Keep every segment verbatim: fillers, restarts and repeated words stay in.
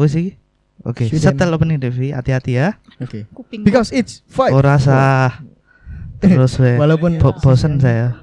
Wes iki. Oke, okay. Setel opening Devi, hati-hati ya. Oke. Okay. Because it's five. Oh rasa. Terus we. Walaupun bo- bosen saya.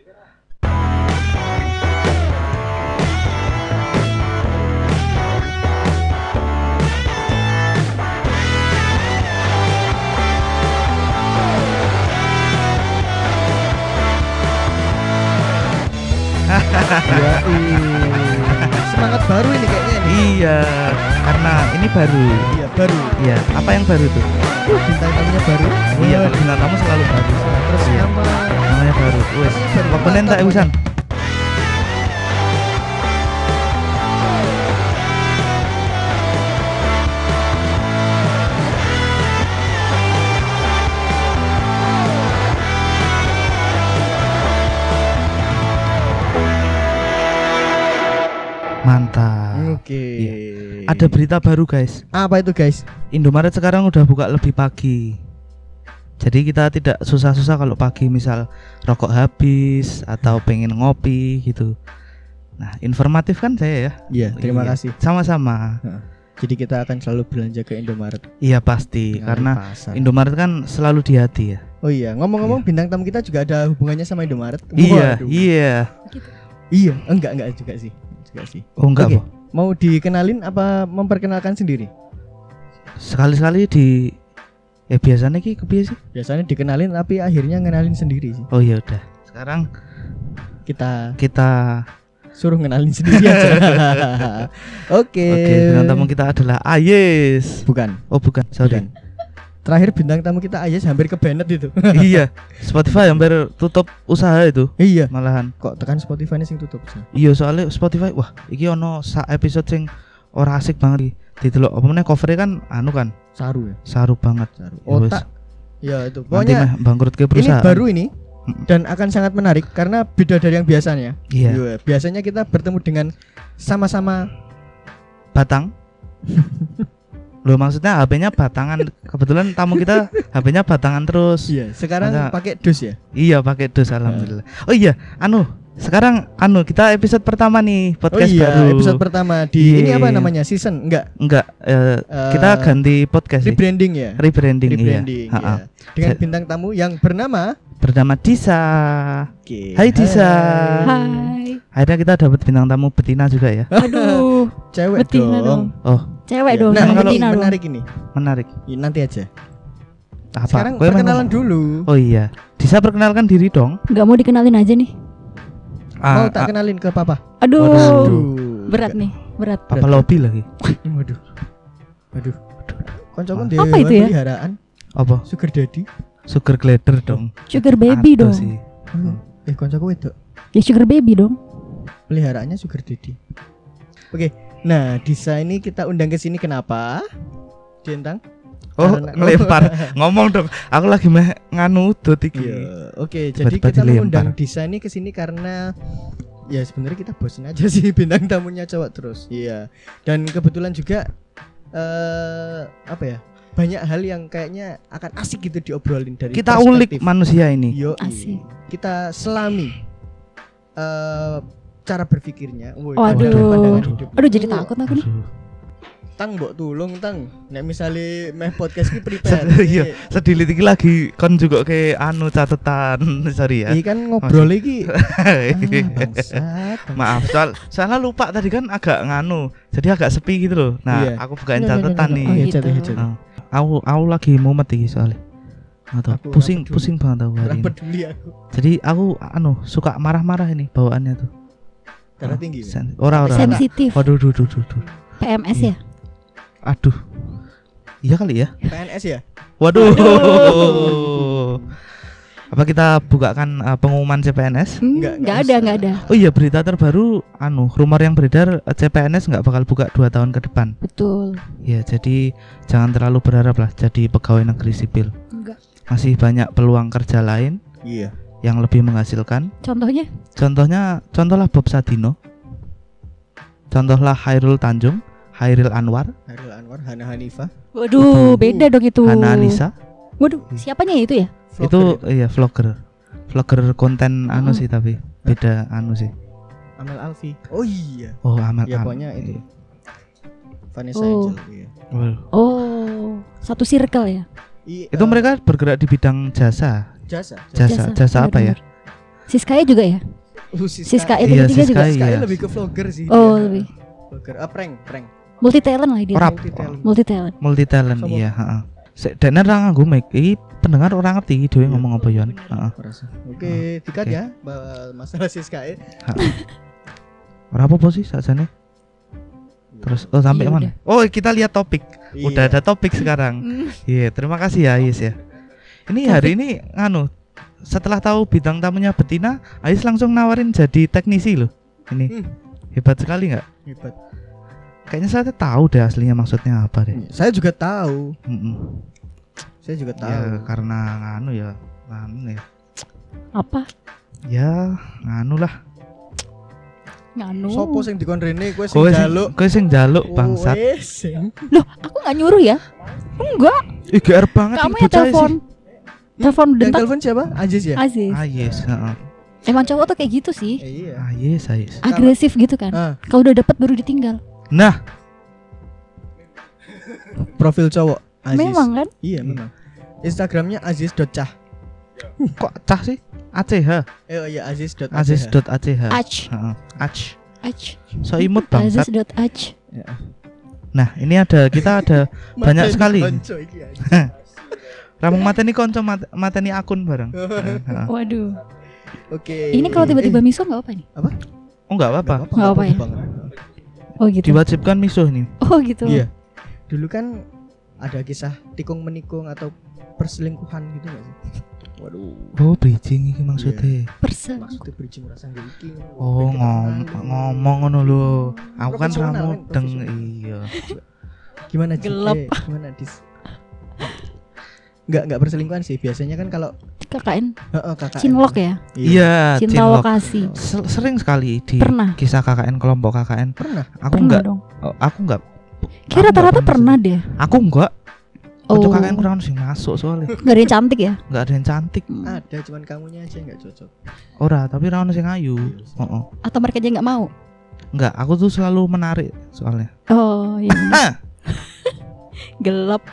Ya, semangat baru ini kayaknya nih. Iya, karena ini baru. Iya, baru. Iya, apa yang baru tuh? Uh, bintang tamunya baru. Iya, kalau bintang tamu selalu baru. Terus iya. nama namanya baru. Wes, komponen tak usan. Mantap. Oke. Okay. Iya. Ada berita baru guys. Apa itu guys? Indomaret sekarang udah buka lebih pagi. Jadi kita tidak susah-susah kalau pagi misal rokok habis atau pengen ngopi gitu. Nah informatif kan saya ya. Iya. Terima iya. kasih. Sama-sama. Jadi kita akan selalu belanja ke Indomaret. Iya pasti. Nggak karena Indomaret kan selalu di hati ya. Oh iya. Ngomong-ngomong iya. Bintang tamu kita juga ada hubungannya sama Indomaret. Iya. Waduh. Iya. Iya. Enggak enggak juga sih. Sih. Oh enggak. Okay. Mau dikenalin apa memperkenalkan sendiri? Sekali-sekali di ya biasanya ki kepiye sih? Biasanya dikenalin tapi akhirnya ngenalin sendiri sih. Oh iya udah. Sekarang kita kita suruh ngenalin sendiri aja. Oke. Okay. Oke, okay, bintang tamu kita adalah Ayes. Bukan. Oh bukan, sorry. Bukan. Terakhir bintang tamu kita Ayes hampir ke banned itu. Iya. Spotify hampir tutup usaha itu. Iya. Malahan. Kok tekan Spotify ini sing tutup sih? Iya, soalnya Spotify wah, iki ono sak episode sing ora asik banget iki. Didelok apa meneh cover-e kan anu kan. Saru ya. Saru banget. Saru. Otak. Ya itu. Pokoknya bangkrut ke perusahaan. Ini baru ini dan akan sangat menarik karena beda dari yang biasanya. Iya. Yo, biasanya kita bertemu dengan sama-sama batang. Loh maksudnya H P-nya batangan. Kebetulan tamu kita H P-nya batangan terus. Iya, sekarang pakai dus ya? Iya, pakai dus alhamdulillah. Uh. Oh iya, anu, sekarang anu kita episode pertama nih, podcast oh iya, baru. episode pertama di yeah. Ini apa namanya? Season? Enggak. Enggak, uh, uh, kita ganti podcast. Rebranding ya? Rebranding, rebranding iya. Ya. Dengan bintang tamu yang bernama bernama Disa. Okay. Hai Disa. Hai. Akhirnya kita dapat bintang tamu betina juga ya. Aduh, cewek betina dong. dong. Oh, cewek ya. dong. Nah, kalau ini menarik ini. Menarik. Ya, nanti aja. Apa? Sekarang Gue perkenalan memang... dulu. Oh iya. Disa perkenalkan diri dong. Enggak mau dikenalin aja nih. Ah, mau tak ah, kenalin ke papa? Aduh. Waduh. Berat nih, berat. Papa berat. Lobby lagi. Waduh. Waduh. Koncoku ah. Apa itu ya? Peliharaan. Apa? Sugar daddy. Sugar glider dong. Sugar baby Aduh dong. Sih. Hmm. Eh koncoku itu. Ya sugar baby dong. Peliharaannya sugar daddy. Oke. Nah, Disa ini kita undang ke sini kenapa? Dentang? Oh, karena ngelempar. Ngomong dong. Aku lagi meh nganu udut iki. Iya. Oke, jadi kita mengundang Disa ini ke sini karena ya sebenarnya kita bosan aja sih bintang tamunya cowok terus. Iya. Dan kebetulan juga eh uh, apa ya? Banyak hal yang kayaknya akan asik gitu diobrolin dari kita ulik manusia ini. Yo, asik. Kita selami uh, cara berpikirnya. Woy, oh, aduh. Aduh jadi takut aku nih. Tang mbok tulung tang. Nek misale meh podcast ki prepare. Iya, sedilit iki lagi kon juga ke anu catetan. Sorry ya. Iki kan ngobrol iki. Maaf, soal soalnya lupa tadi kan agak nganu. Jadi agak sepi gitu loh. Nah, iya. Aku bukain catatan nih. Oh, gitu. uh, aku aku lagi mumet iki soalnya. Atau pusing pusing banget aku hari ini. Aku. Jadi aku anu suka marah-marah ini bawaannya tuh. Darah tinggi. Sen- ora ora. Sensitif. Waduh, duh, duh, duh, duh. P M S iya. ya? Aduh. Iya kali ya? P N S ya? Waduh. Apa kita bukakan uh, pengumuman C P N S? Hmm, enggak, enggak ada, enggak ada. Oh iya, berita terbaru anu, rumor yang beredar C P N S enggak bakal buka dua tahun ke depan. Betul. Ya, jadi jangan terlalu berharap lah jadi pegawai negeri sipil. Enggak. Masih banyak peluang kerja lain. Iya. Yang lebih menghasilkan. Contohnya? Contohnya, contohlah Bob Sadino. Contohlah Hairul Tanjung, Hairil Anwar, Hairil Anwar, Hana Hanifah. Waduh, beda dong itu. Hana Anissa. Waduh, siapanya itu ya? Vlogger itu, itu iya vlogger. Vlogger konten anu oh. sih tapi beda anu sih. Amel Alfi. Oh iya. Oh, Amel. Ya pokoknya itu. Vanessa Oh. Angel. Iya. Well, Oh, satu circle ya? I, itu eh, mereka bergerak di bidang jasa. jasa. Jasa, jasa, apa ya? benar-benar. Siskaya juga ya? Uh, Siska itu Iya, tiga juga. Siska. Siska Iya. lebih ke vlogger sih. Oh, dia. lebih. Vlogger. Ah, prank, prank. Multi talent lah dia. Ora Multi talent. Multi talent. multi talent, Sama- iya, heeh. Sik dene ra nganggo mic. Iki pendengar orang ngerti iki dhewe Iya. ngomong apa yoan. Heeh. Merasa. Oke, dikat oke. ya bahwa masalah Siska. eh. Ora apa-apa sih sakjane. Terus oh sampai Iya, mana? Oh, kita lihat topik. Iya. Udah ada topik sekarang. Hmm. Iya, terima kasih ya Ais ya. Ini hari ini nganu setelah tahu bintang tamunya Betina, Ais langsung nawarin jadi teknisi loh. Ini Hmm. hebat sekali nggak? Hebat. Kayaknya saya tahu deh aslinya maksudnya apa deh. Saya juga tahu. Mm-mm. Saya juga tahu. Ya karena nganu ya, nganu ya. Apa? Ya nganu lah. Nganu. Sopo sing dikon rene kowe sing Kowe sing njaluk. kowe sing njaluk bangsat. Kowe sing. Loh, aku nggak nyuruh ya? Enggak, Ih G R banget kamu ini yang bocah telepon. sih. Telepon Yang dentak telepon siapa? Aziz ya? Aziz. Ah yes, heeh. Emang cowok tuh kayak gitu sih. Eh, iya. Ah yes, ah, yes. Agresif gitu kan. Ah, Kalau udah dapet baru ditinggal. Nah, profil cowok Aziz. Memang kan? Iya, memang. Instagramnya aziz.cah. kok cah sih? A C H. Eh oh iya aziz.ach. Aziz.ach. Ach. Heeh. Ach. Ach. So imut bangsat. Aziz.ach. Ya. Nah, ini ada kita ada banyak Mateni sekali. konco iki, anjing. Ramung mateni konco mat- mateni akun bareng. Heeh. Waduh. Oke. Ini kalau tiba-tiba Eh, miso nggak apa nih? apa? Oh enggak apa-apa. Nggak apa ya? banget. Oh gitu. Diwajibkan misuh nih. Oh gitu. Iya. Dulu kan ada kisah tikung menikung atau perselingkuhan gitu nggak sih? Waduh. Oh, bridging iki maksudnya. Persen. Maksudnya bridging merasa nggak iki. Oh, ngom ngomong ngono lho. Aku kan ra Profesional, kan? mudeng Profesional. iya. Gimana Ci? Gelap. Eh, gimana dis? Enggak enggak perselingkuhan sih. Biasanya kan kalau K K N heeh K K N. Cinlok ya? Iya, Cinta cinlok. lokasi. Se- Sering sekali di Pernah. kisah K K N kelompok K K N. Pernah. Aku Pernah enggak dong. oh, aku enggak Kira aku enggak rata-rata pernah sih. deh. Aku enggak. Oh. Untuk K K N kurang sih masuk soalnya. Gak ada yang cantik ya? Enggak ada yang cantik. Hmm. Ada cuman kamunya aja enggak cocok. Ora, tapi ra ono sing ayu. Heeh. Atau mereka aja nggak mau? Enggak, aku tuh selalu menarik soalnya. Oh iya. bener. Ah, Gelap.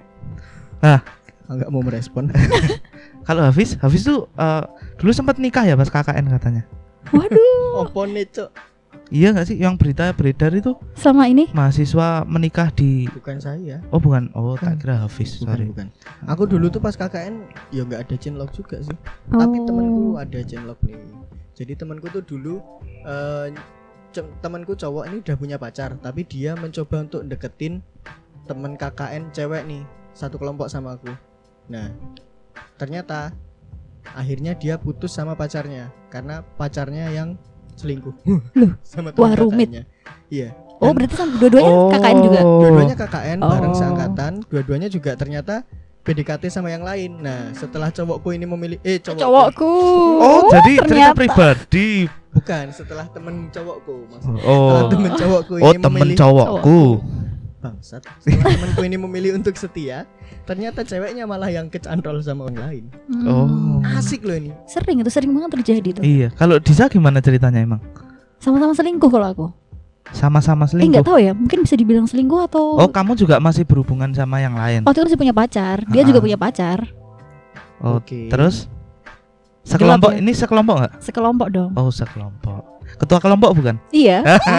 Enggak mau merespon. kalau Hafiz, Hafiz tuh eh, dulu sempat nikah ya pas K K N katanya. Waduh. Opo nih, Cok? Iya nggak sih yang berita beredar itu Selama ini mahasiswa menikah di Bukan saya. oh bukan oh tak Bukan. kira Hafiz Bukan, sorry. bukan. Aku dulu tuh pas K K N ya enggak ada cinlok juga sih. Tapi Oh. temanku ada cinlok nih. Jadi temanku tuh dulu eh ce- temanku cowok ini udah punya pacar, tapi dia mencoba untuk deketin temen K K N cewek nih, satu kelompok sama aku. Nah, ternyata akhirnya dia putus sama pacarnya karena pacarnya yang selingkuh. Loh, sama wah, teman rumit. K K N-nya. Iya. Oh Dan berarti sama dua-duanya K K N juga. dua-duanya K K N bareng Oh. seangkatan, dua-duanya juga ternyata P D K T sama yang lain. Nah, setelah cowokku ini memilih eh cowokku, Cowokku. Oh, jadi cerita ternyata. pribadi. bukan setelah temen cowokku maksudnya. Oh. Setelah temen cowokku ini Oh, temen memilih cowokku. bangsat. Setelah temenku ini memilih untuk setia, ternyata ceweknya malah yang kecantol sama orang lain. Hmm. Oh. Asik loh ini. Sering itu sering banget terjadi tuh. Iya, kalau Disa gimana ceritanya emang? Sama-sama selingkuh kalau aku. Sama-sama Eh nggak selingkuh. tahu ya, mungkin bisa dibilang selingkuh atau Oh, kamu juga masih berhubungan sama yang lain. waktu itu masih punya pacar. Dia Ah. juga punya pacar. Oh, Oke. terus sekelompok Gelap ya? ini sekelompok nggak? Sekelompok dong. Oh, sekelompok. Ketua kelompok bukan? Iya.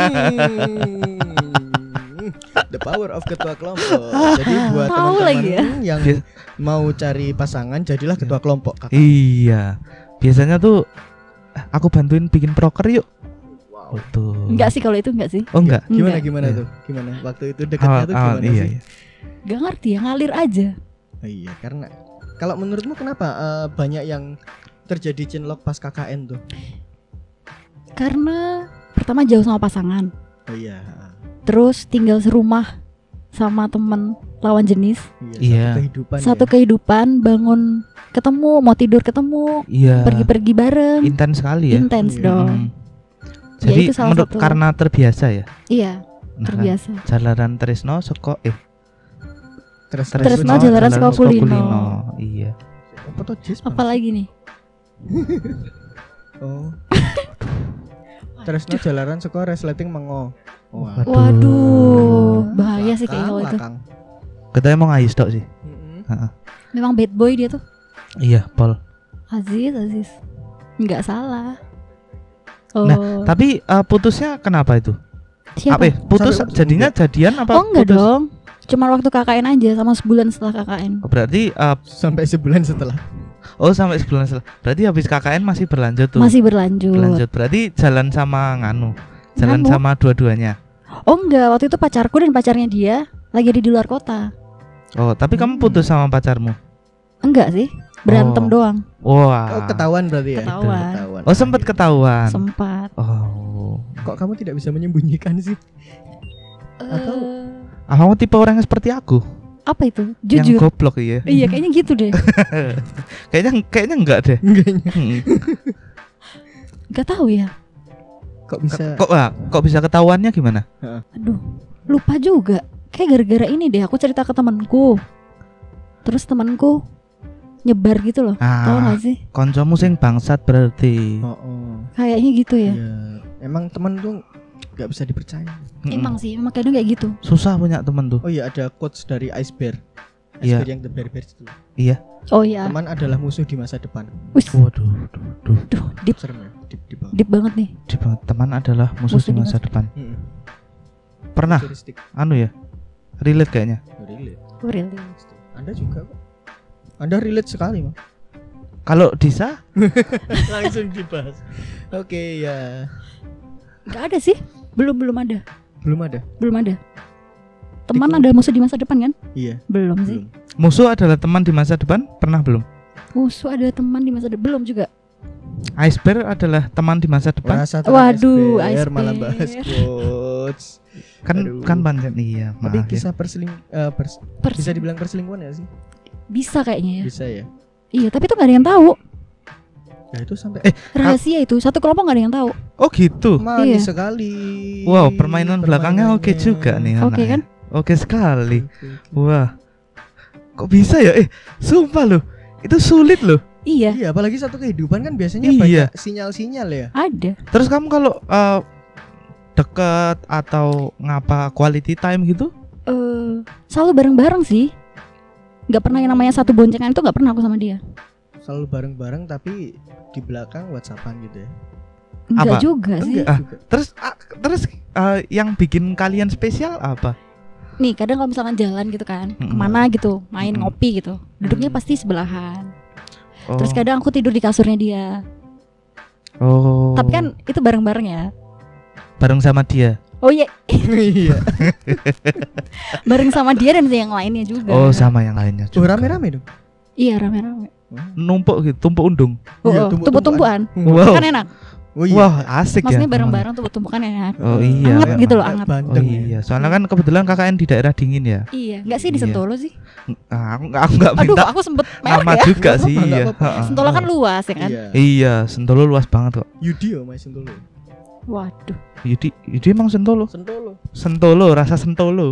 Hmm, the power of ketua kelompok. Jadi buat Tahu teman-teman lagi ya. yang Dia- mau cari pasangan jadilah ketua kelompok. Kakak. Iya. Biasanya tuh "Eh, aku bantuin bikin proker yuk. Wow. Betul. Enggak sih kalau itu enggak sih. Oh enggak. Gimana Enggak. gimana Iya. tuh? Gimana? Waktu itu dekatnya Awal, tuh awal, gimana iya, sih? iya. Gak ngerti ya, ngalir aja. Oh, iya, karena kalau menurutmu kenapa eh, banyak yang terjadi cinlok pas K K N tuh? Karena pertama jauh sama pasangan, Oh iya. terus tinggal serumah sama temen lawan jenis, Iya, Iya. satu kehidupan. satu ya. kehidupan, bangun ketemu, mau tidur ketemu, Iya. pergi-pergi bareng, Intens sekali ya. intens Iya. dong. Mm. Ya, Jadi itu salah menurut satu. karena terbiasa ya. Iya, Nah, kan, terbiasa. Jalaran Tresno seko eh Terus Tresno, terus- Jalaran Jalaran Soko Kulino. Iya. Apa tuh Jis? Apalagi nih? Oh. Tresno jalaran saka resleting mengo. Wah. Waduh. Waduh, bahaya sih kayak Lakang, gitu. lakang. Kita emang ngais tok sih. Mm-mm. Heeh. Memang bad boy dia tuh. Iya, Pol. Aziz, Aziz. Enggak salah. Oh. Nah, Tapi uh, putusnya kenapa itu? Siapa? Apa ya? Putus Sampai ujung jadinya jadian apa? Oh enggak putus? dong. Cuma waktu K K N aja sama sebulan setelah K K N. Oh, berarti uh, Sampai sebulan setelah. oh sampai sebulan setelah. Berarti habis K K N masih berlanjut tuh. Masih berlanjut. Berlanjut. Berarti jalan sama nganu. Jalan Nganu? sama dua-duanya. Oh enggak, waktu itu pacarku dan pacarnya dia lagi ada di luar kota. Oh, tapi kamu Hmm. putus sama pacarmu? Enggak sih, berantem Oh. doang. Wah. Oh, ketahuan berarti ya. Ketahuan. Oh, sempat ketahuan. Sempat. Oh. Kok kamu tidak bisa menyembunyikan sih? Atau- Eh, Ah, kamu tipe orang yang seperti aku. apa itu? Yang Jujur. goblok iya. Iya, kayaknya gitu deh. kayaknya kayaknya enggak deh. Enggaknya. Mm. Gak tahu ya. Kok bisa? Kok ah, kok bisa ketahuannya gimana? Aduh, lupa juga. Kayak gara-gara ini deh aku cerita ke temanku. Terus temanku nyebar gitu loh. Tahu Ah, gak sih? koncomu sing bangsat berarti. Oh, oh. Kayaknya gitu ya. Iya. Emang teman tuh nggak bisa dipercaya. Mm-mm. Emang sih, emang kadang kayak gitu. Susah punya temen tuh. Oh iya, ada quotes dari Ice Bear. Ice Iya. Bear yang The Bear Bears itu. Iya. Oh iya. Teman adalah musuh di masa depan. Wis, Waduh, duh, duh. duh, deep, Serem ya? Deep, deep banget. deep banget nih. Di banget. Teman adalah musuh, Musuh di di masa depan. Mm-mm. Pernah Futuristik. anu ya? Relate kayaknya. Oh, relate. Oh, really? Anda juga kok. Anda relate sekali, Mas. Kalau Disa, Langsung dibahas. Oke, ya. Gak ada sih. Belum belum ada. Belum ada. Belum ada. Teman Tiku. ada musuh di masa depan kan? Iya, Belum sih. belum. musuh adalah teman di masa depan, pernah belum? Musuh ada teman di masa depan belum juga. Ice Bear adalah teman di masa depan. Rasa Waduh, Ice Ice Bear malah Bear. bahas quotes. Kan Aduh. kan pancen iya, Tapi maaf ya. kisah perseling eh, pers- Pers- bisa dibilang perselingkuhan ya sih? bisa kayaknya ya. Bisa ya. Iya, tapi tuh gak ada yang tahu. Ya itu sampai Eh, Rahasia itu. Satu kelompok gak ada yang tahu. Oh gitu. manis Iya. sekali. Wow, permainan belakangnya oke Permainannya. juga nih Oke anaknya. kan? Oke sekali. Oke, oke. Wah. Kok bisa ya? Eh, sumpah loh. Itu sulit loh. Iya, Iya, apalagi satu kehidupan kan biasanya Iya. banyak sinyal-sinyal ya. ada. Terus kamu kalau eh, deket atau ngapa quality time gitu? Eh, selalu bareng-bareng sih. Gak pernah yang namanya satu boncengan itu gak pernah aku sama dia. Selalu bareng-bareng tapi di belakang WhatsAppan gitu ya. Enggak Apa? juga sih. Enggak Ah. juga. Terus ah, terus eh, yang bikin kalian spesial apa? Nih kadang kalau misalkan jalan gitu kan, Mm-mm. kemana gitu, main Mm-mm. ngopi gitu, duduknya Mm. pasti sebelahan. Oh. Terus kadang aku tidur di kasurnya dia. Oh. Tapi kan itu bareng-bareng ya. bareng sama dia. Oh iya, Iya. bareng sama dia dan yang lainnya juga. Oh, sama yang lainnya Oh, juga. rame-rame dong. Iya rame-rame. Numpuk gitu, tumpuk undung. Oh, Iya, oh, tumpuk-tumpukan. tumpuk-tumpukan. Wow. Kan enak. Oh iya. Wah, asik Maksudnya ya. bareng-bareng tumpuk-tumpukan enak. Oh iya. Anget gitu loh, Kayak anget. Oh bandeng ya. iya, soalnya kan kebetulan K K N di daerah dingin ya. Iya, enggak sih di Iya. Sentolo sih. Ah, aku nggak aku nggak Aduh, minta aku sempet nama merek ya. juga Nggak sih. apa-apa, Iya. nggak apa-apa. Heeh. Sentolo kan luas ya kan. Iya. Iya, Sentolo luas banget kok. Yudi ya, Mas Sentolo. Waduh. Yudi, Yudi emang Sentolo. Sentolo. Sentolo, rasa Sentolo.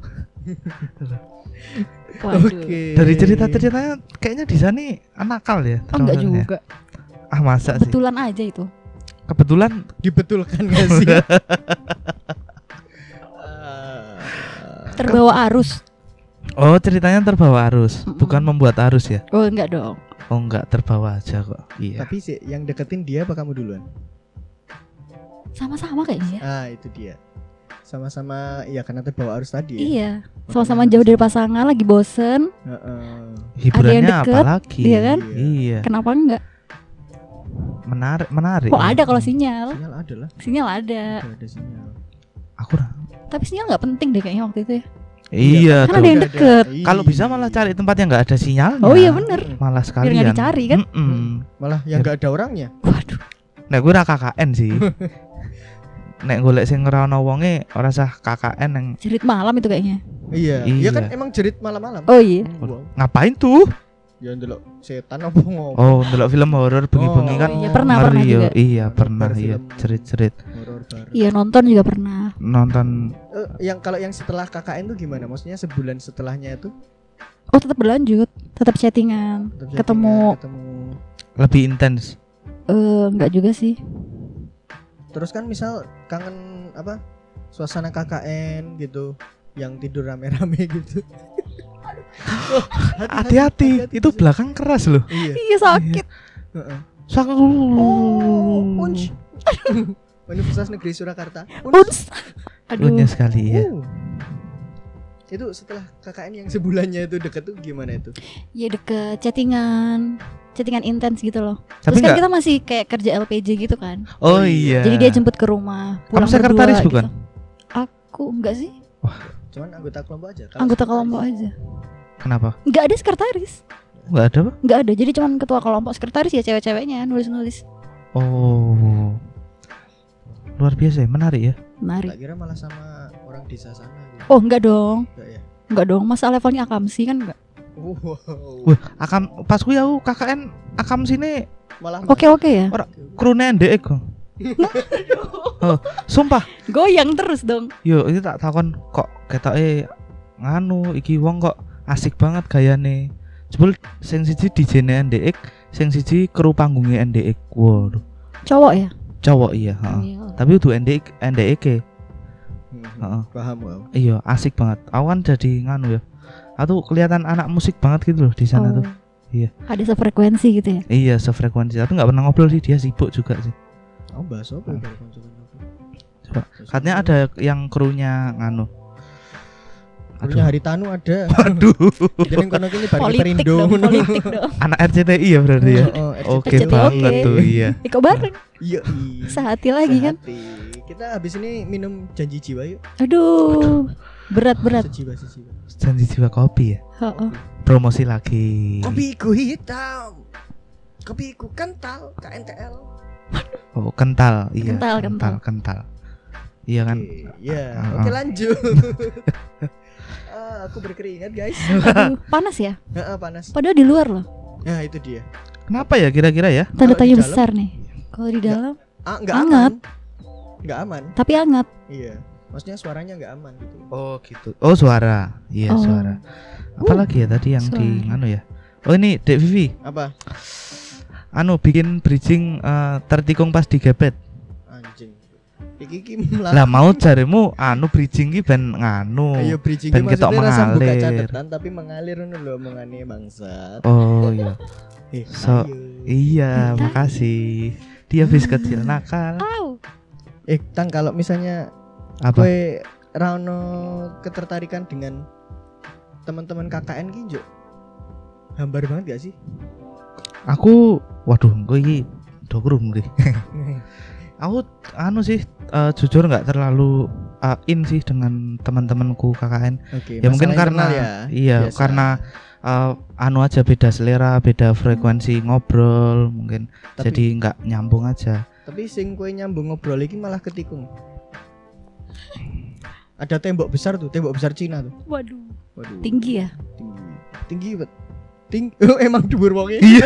Waduh. Oke. Dari cerita-ceritanya kayaknya di sana nakal ya. Oh, enggak termasuknya. juga. Ah, masa sih? Kebetulan aja itu. Kebetulan Dibetulkan gak sih? Terbawa arus. oh, ceritanya terbawa arus, Mm-mm. bukan membuat arus ya. Oh, enggak dong. Oh, enggak, terbawa aja kok. Iya. Tapi sih yang deketin dia apa kamu duluan? Sama-sama kayaknya. Ah, itu dia. Sama-sama ya karena terbawa arus tadi ya. Iya. Sama-sama jauh dari pasangan, lagi bosen. Heeh. Hiburannya ada yang deket, apa lagi? iya kan? Iya. Kenapa enggak? Menarik, menarik. Kok ada kalau sinyal? Sinyal ada lah. Sinyal ada. Ada, ada sinyal. Aku ra- Tapi sinyal nggak penting deh kayaknya waktu itu ya. Iya, Kan tuh. ada yang deket. Iya. Kalau bisa malah cari tempat yang enggak ada sinyalnya. Oh iya bener. Malah Biar sekalian. nggak dicari kan. Mm-mm. Malah yang nggak ada orangnya. Waduh. Nek gue ra K K N sih. Nek golek sing ngerono wonge ora sah K K N yang Jerit malam itu kayaknya. Iya. Iya. Iya kan emang jerit malam-malam. Oh iya. Wow. ngapain tuh? Ya ndelok setan apa ngopo. Oh, ndelok film horor bengi-bengi Oh, kan. iya, pernah, pernah ngeri yo. juga. Iya, Nonton pernah film. iya, cerit-cerit. Horor bareng. Iya nonton juga pernah. Nonton Eh, yang kalau yang setelah K K N tuh gimana? Maksudnya sebulan setelahnya itu Oh tetap berlanjut, tetap chattingan, tetap ketemu. chattingan, ketemu. lebih intens. Eh enggak juga sih. Terus kan misal kangen apa? Suasana K K N gitu, yang tidur rame-rame gitu. Oh, hati-hati, itu belakang keras loh. Iya. Iya sakit. Heeh. Sakit. Oh, Unj. Universitas Negeri Surakarta. Uns. Aduh. Lunya sekali ya. Oh. Itu setelah K K N yang sebulannya itu deket tuh gimana itu? Ya deket chattingan, chattingan intens gitu loh. Tapi Terus kan enggak- kita masih kayak kerja L P J gitu kan. Oh iya. Jadi dia jemput ke rumah. Kamu Pulang sekretaris berdua bukan? Gitu. Aku enggak sih. Cuman anggota kelompok aja. Kalau Anggota sekretaris- kelompok aja. Kenapa? Enggak ada sekretaris. Enggak ada, Pak? Enggak ada. Jadi cuman ketua kelompok, sekretaris ya cewek-ceweknya nulis-nulis. Oh. Luar biasa ya, menarik ya. Mari. Tak kira malah sama orang desa sana gitu. Oh, enggak dong. Enggak ya? Enggak dong. Masa levelnya akamsi kan enggak? Wow. Wah, akam pas kuwi aku K K N akam sini Malah Oke-oke ya. krune ndek kok. Oh, sumpah. Goyang terus dong. Yo, ini tak takon kok ketoke nganu iki wong kok asik banget gayane. Jebul sing siji D J-ne N D X, sing siji kru panggungnya N D X. Waduh, Cowok ya? cowok iya, heeh. Iya. Tapi itu N D X N D X. Hmm, Heeh. paham wow. Iya, asik banget. Aku kan jadi nganu ya. Aku kelihatan anak musik banget gitu loh di sana Oh. tuh. Iya. Ada sefrekuensi gitu ya? Iya, sefrekuensi. Tapi nggak pernah ngobrol sih, dia sibuk juga sih. Oh, bahas apa Hmm. ya konco-konco? Coba. Katanya ada yang krunya nganu. Punya Hari Tanu ada. Waduh. Jadi kono kene bari Politik perindo dong, ngono. politik dong. Anak R C T I ya berarti ya. Oh, oh, Oke R C T I, banget oke. tuh, iya. Iko bareng. Iya. iya. Sehati lagi kan? Sehati. Kita habis ini minum janji jiwa yuk. Aduh. Berat-berat. Sejiwa sejiwa. Janji jiwa kopi ya. Heeh. Promosi lagi. Kopiku hitam. Kopiku kental K N T L. Oh, kental. Iya. Kental, kental, kental. Iya kan? Oke, ya. Ah, Oke ah. lanjut. Ah, aku berkeringat guys. Aduh, panas ya? Heeh, panas. Padahal di luar loh. Nah, itu dia. Kenapa ya kira-kira ya? Tanda Kalau di tanya dalam- besar nih. Kalau di dalam, Ah, enggak Hangat. aman. Enggak aman. tapi hangat. Iya. Maksudnya suaranya enggak aman gitu. Oh, gitu. Oh, suara. Iya, Oh. suara. Apalagi ya tadi yang di Suara. anu ya? Oh, ini Dek Vivi. Apa? Anu bikin bridging eh, tertikung pas digebet. Anjing. Iki iki Lah mau jarimu anu bridging ki ben nganu. Ayo bridging ben ketok maksudnya rasa buka mengalir. catatan tapi mengalir ngono lho omongane bangsat. Oh iya. Eh, So- ayo. Iya, makasih. Dia bis kecil nakal. Au. Eh, Tang kalau misalnya Apa? kowe ra ono ketertarikan dengan teman-teman K K N ki njuk. Hambar banget gak sih? Aku waduh, gue iki dokrum nih. Aku anu sih eh, jujur nggak terlalu eh, in sih dengan teman-temanku K K N. Oke, Ya mungkin masalah karena internal ya. iya Biasa. karena eh, anu aja beda selera, beda frekuensi ngobrol mungkin. Tapi- Jadi nggak nyambung aja. Tapi sing kowe nyambung ngobrol iki malah ketikung. Ada tembok besar tuh, tembok besar Cina tuh. Waduh. Waduh. Tinggi ya? Tinggi. Tinggi bet. Tinggi. Oh, emang dhuwur wonge. Iya.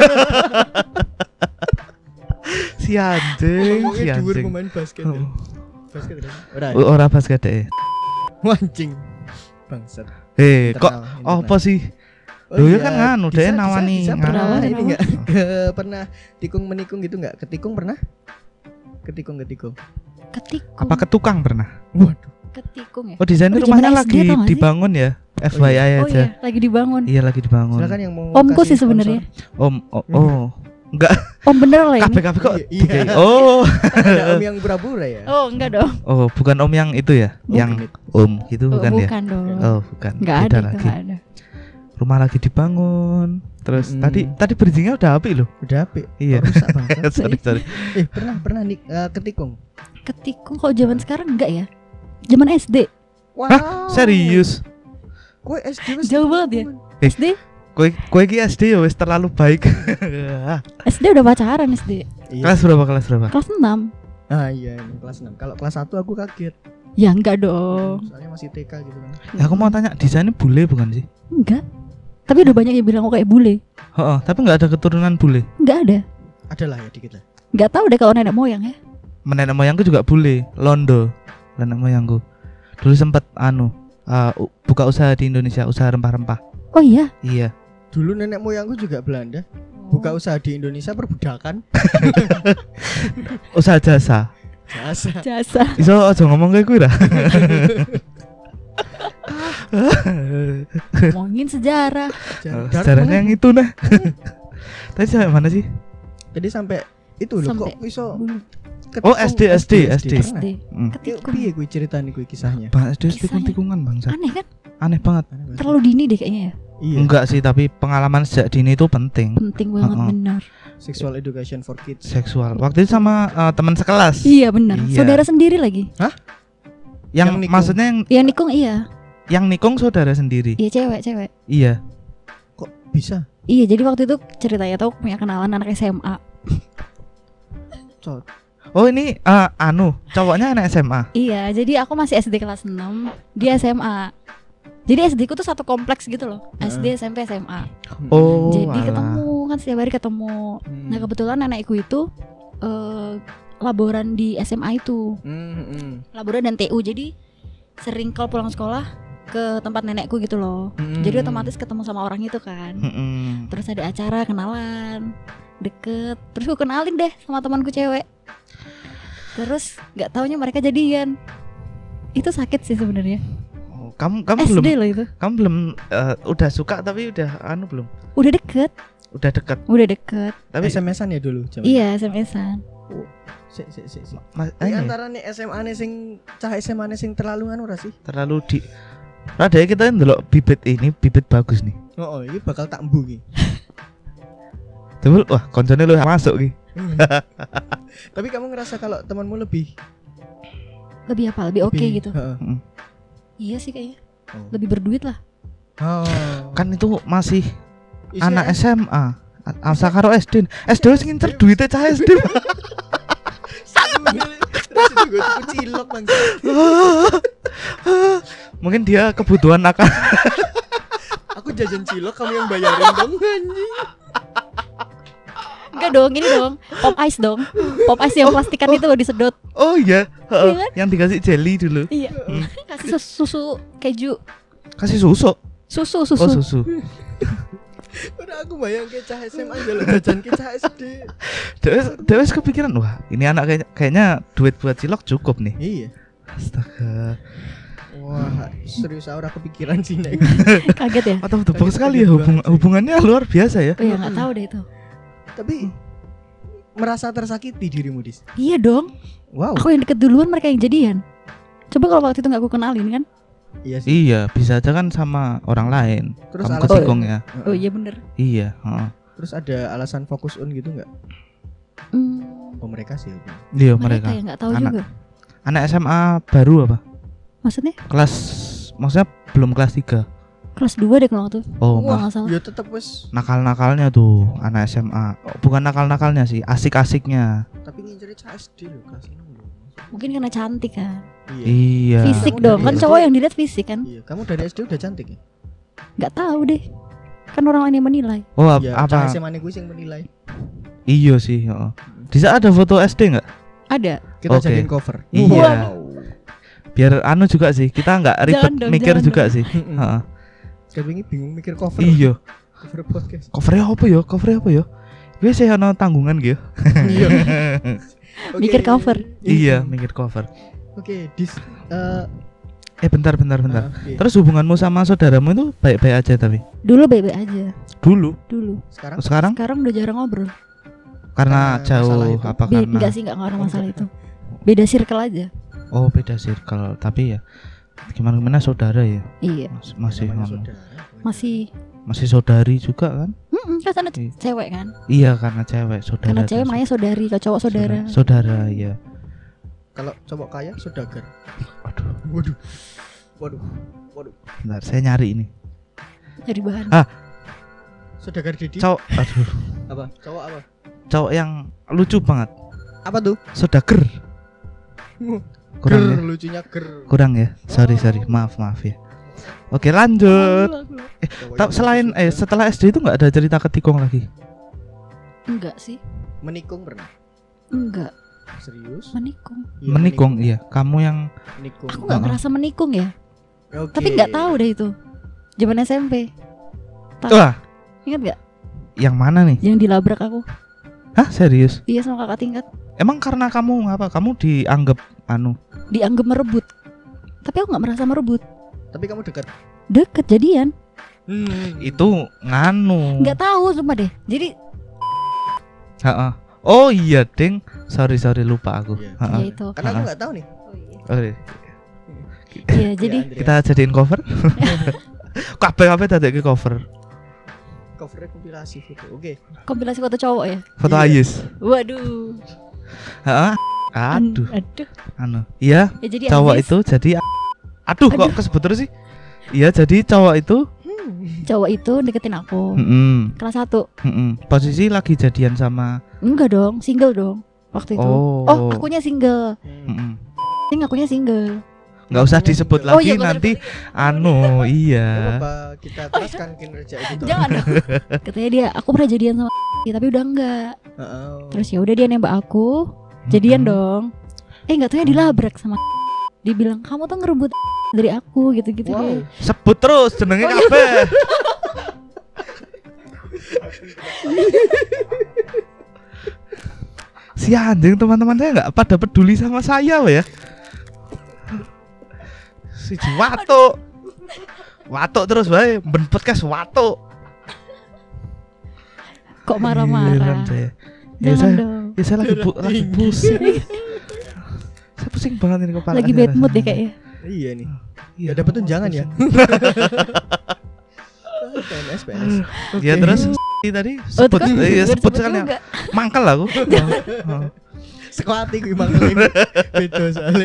Si anjing, si Wonge dhuwur anjing. pemain basket. Oh. Basket kan? Ora. Oh, ora basket deh. Wancing. Bangsat. Eh, kok Internal, apa internal. sih? Oh Loh, ya iya, kan nganu, Disa- dia Disa- nawani Disa nganu. pernah Kenapa? ini enggak ke pernah tikung menikung gitu enggak? Ketikung pernah? Ketikung ketikung. Ketikung. Apa ketukang pernah? Waduh. Ketikung ya? Oh, di sana Oh, rumahnya zaman S D lagi tau gak sih? dibangun ya. F Y I Oh aja. iya, lagi dibangun. Iya, lagi dibangun. Silakan yang mau Omku kasih sih sebenarnya. Om oh, oh. enggak Om bener lah K B ini. K B kok. Iya, iya. tiga. Oh. sponsor. Ada om yang pura-pura ya? Oh, enggak dong. Oh, bukan om yang itu ya, Bukan. yang om gitu Oh, bukan, ya? bukan dong. Oh, bukan. Enggak Beda ada, itu lagi. enggak ada. Rumah lagi dibangun. Terus Mm. tadi tadi bridgingnya udah apik loh. Udah apik. Iya. Oh, rusak banget. sorry, sorry. Eh, pernah pernah nik eh, ketikung. Ketikung kalau zaman sekarang enggak ya? Zaman S D. Wow. Serius? Kowe S D wis Jauh banget ya? Eh. S D? Kowe kowe iki S D ya wis terlalu baik. S D udah pacaran S D. Iya. Kelas berapa? Kelas berapa? Kelas enam. Ah iya, emang kelas enam. Kalau kelas satu aku kaget. Ya enggak dong. Soalnya masih T K gitu kan. Ya, aku mau tanya, di sana bule bukan sih? Enggak. Tapi udah banyak yang bilang kok kayak bule. Heeh, tapi nggak ada keturunan bule. Enggak ada. Ada lah ya dikit lah. Enggak tahu deh kalau nenek moyang ya. Nenek moyangku juga bule, Londo. Nenek moyangku. Dulu sempat anu uh, u- buka usaha di Indonesia, usaha rempah-rempah. Oh iya. Iya. Dulu nenek moyangku juga Belanda. Buka usaha di Indonesia perbudakan. Usaha jasa. Jasa. Jasa. Iso aja ngomong kayak gue dah. Ngomongin sejarah. Oh, sejarahnya yang itu nah. Tadi sampai mana sih? Jadi sampai itu loh Sampai kok iso Oh S D S D S D. S D. Hmm. Ketikung. Piye kuwi ceritane kuwi kisahnya? Bang S D S D Kisahnya. tikungan bangsa. Aneh kan? Aneh banget. Terlalu dini deh kayaknya ya. Iya. Enggak sih, tapi pengalaman sejak dini itu penting. Penting banget Uh-uh. benar. Sexual education for kids. Seksual. Waktu itu sama uh, teman sekelas. Iya benar. Iya. Saudara sendiri lagi. Yang, Yang nikung. maksudnya yang Yang nikung iya. yang nikung saudara sendiri. Iya cewek cewek. Iya. Kok bisa? Iya jadi waktu itu ceritanya tuh punya kenalan anak S M A. Cot. Oh ini uh, anu cowoknya anak S M A. Iya jadi aku masih S D kelas enam, dia S M A. Jadi S D ku tuh satu kompleks gitu loh. S D, S M P, S M A. Oh. Jadi alah. ketemu kan setiap hari ketemu. Hmm. Nah kebetulan nenekku itu eh, laboran di S M A itu, Hmm, hmm. laboran dan T U. Jadi sering kalau pulang sekolah ke tempat nenekku gitu loh. Hmm. Jadi otomatis ketemu sama orang itu kan. Mm-mm. Terus ada acara kenalan, deket. Terus aku kenalin deh sama temanku cewek. Terus nggak taunya mereka jadian. Itu sakit sih sebenarnya. Oh, kamu kamu S D belum loh itu. kamu belum uh, udah suka tapi udah anu belum? Udah deket, Udah dekat. udah deket. Tapi S M S-an ya dulu zaman. Iya S M S-an. Sik sik sik sik. Mas, Di ini antara nih S M A-ne sing cah S M A-ne sing terlalu anu ora sih? terlalu di Rada kita ndelok bibit ini bibit bagus nih. Oh, oh ini bakal tak embu ki. Tuh, wah koncone lu masuk ki. Tapi kamu ngerasa kalau temanmu lebih Lebih apa? Lebih oke lebih- gitu. Heeh. Iya sih kayaknya. Oh. Lebih berduit lah. Oh. Kan itu masih Isinya- anak S M A. Asa karo S D. S D wis ngincer duite cah S D. Terus juga tuku cilok Bang. Mungkin dia kebutuhan akan Aku jajan cilok kamu yang bayarin dong anjing. Enggak dong, ini dong. Pop ice dong. Pop ice yang plastikan itu loh disedot. Oh iya, heeh. Iya kan? Yang dikasih jelly dulu. Iya. Kasih sus- susu keju. Kasih susu. Susu, susu. Oh, susu. Udah aku bayang ke cah S M A jalan jajan ke cah S D. Dewes Dewes kepikiran, wah, ini anak kayak, kayaknya duit buat cilok cukup nih. Iya. Astaga. Wah, serius aku ora kepikiran sih nek. Kaget ya? Atau tebak sekali ya hubung, hubungannya luar biasa ya. Oh ya enggak tahu deh itu. Tapi merasa tersakiti dirimu, Dis. Iya dong. Wow. Aku yang deket duluan, mereka yang jadian. Coba kalau waktu itu nggak aku kenalin kan? Iya sih. Iya, bisa aja kan sama orang lain. Terus Kamu alasan- ketikung ya. Oh iya bener. Iya, heeh. Terus ada alasan fokus on gitu nggak? Hmm, Oh mereka sih. Iya, mereka mereka. yang nggak tahu Anak. juga. Anak S M A baru apa? Maksudnya Kelas maksudnya belum kelas tiga. kelas dua deh kalau waktu. Oh, Wah, ma- nggak salah. Ya tetap wes. nakal-nakalnya tuh anak S M A. Oh, bukan nakal-nakalnya sih, asik-asiknya. Tapi ngincer cah S D loh kelas enam loh. Mungkin karena cantik kan. Iya. Iya. Fisik Kamu dong. dari Kan S D. cowok yang dilihat fisik kan. Iya. Kamu dari S D udah cantik ya? Nggak tahu deh. Kan orang lain yang menilai. Oh, ap- Iya. apa? Cah S M A gue yang menilai. Iya sih, heeh. Di saat ada foto S D enggak? Ada. Kita Oke. jadiin cover. Iya. Biar anu juga sih, kita nggak ribet Jangan dong, mikir jangan juga dong. sih. Heeh. Sekarang ini bingung mikir cover. Iya. Cover podcast. Covernya apa ya? Covernya apa ya? Gue sih ono tanggungan gitu. Iya. Oke. Mikir cover. Iya, mikir cover. Oke, dis eh Eh bentar bentar bentar. ah, oke. Terus hubunganmu sama saudaramu itu baik-baik aja tapi Dulu baik-baik aja. dulu Dulu. sekarang sekarang Sekarang udah jarang ngobrol. karena Karena masalah jauh itu. apa Be- karena enggak sih, enggak karena masalah itu. Beda circle aja. oh beda circle tapi ya gimana gimana saudara ya Iya. Mas- masih namanya ngomong. saudara. Masih masih saudari juga kan Mm-mm, kan sana Iya. cewek kan. iya karena cewek saudara Karena cewek dan makanya saudari, kalau cowok saudara. saudara ya Kalau cowok kaya saudagar. aduh Waduh. Waduh. Waduh. bentar saya nyari ini Jadi bahan. Ah. Saudagar Didi. cowok aduh Apa? Cowok apa? cowok yang lucu banget Apa tuh? saudagar kurang Ger, ya lucunya ger. kurang ya sorry sorry maaf maaf ya oke lanjut Cowok Ta- yang selain lucu. eh setelah S D itu nggak ada cerita ketikung lagi Enggak sih. menikung pernah? Enggak, Serius? menikung. Iya, menikung iya kamu yang Menikung. Aku enggak Uh-uh. ngerasa menikung ya. Oke. Tapi enggak tahu deh itu. Zaman S M P. Ta- wah Ingat enggak yang mana nih yang dilabrak aku? Hah, serius? Iya, sama kakak tingkat. Emang karena kamu ngapa? Kamu dianggap anu? Dianggap merebut. Tapi aku nggak merasa merebut. Tapi kamu dekat. Deket jadian. Hmm. Itu nganu. Nggak tahu sumpah deh. Jadi Ha-ha. Oh iya, Ding. Sorry sorry lupa aku. Iya. Ha-ha. ya itu. Karena aku nggak tahu nih. Oh, iya. Iya, jadi Andrea. Kita jadiin cover. Kabeh-kabeh dadekke cover. Covernya kompilasi foto. Oke. kompilasi foto cowok ya. Foto Iya. Ayus. Waduh. Heeh. Aduh. Aduh. Anu. Iya, Ya jadi cowok Aziz, itu jadi Aduh, kok Aduh. kesebut terus sih? Iya, jadi cowok itu cowok itu deketin aku. mm-mm, Kelas satu. mm-mm. Posisi lagi jadian sama Enggak dong, single dong waktu itu. Oh. Oh, akunya single. Hmm. mm-mm. Ini ngakunya single. Nggak usah disebut Oh lagi iya, bener, nanti bener. anu, Gak iya. apa-apa, kita teruskan kinerja itu toh. Jangan dong. Katanya dia, aku pernah jadian sama dia tapi udah enggak. Heeh. Terus ya udah dia nembak aku, jadian Mm-mm. dong. Eh nggak taunya dilabrak sama. Dibilang kamu tuh ngerebut dari aku gitu-gitu Wow. deh. Sebut terus jenenge kabeh. Si anjing, teman-teman saya nggak pada peduli sama saya ya. Si watuk. Watuk terus bae, ben podcast watuk. Kok Giliran marah-marah? saya. Ya Jangan saya, dong. ya saya lagi, bu- lagi pusing. Saya pusing banget ini kepala. Lagi saya bad mood rasanya. deh kayaknya. Iya nih. Iya, Gak dapet tunjangan ya. pusing. P N S P N S. Ya terus tadi Oh, sebut, itu kan iya baru sebut sebut sekali juga. mangkel aku. Oh. Sekuati gue mangkelin. Beda soalnya.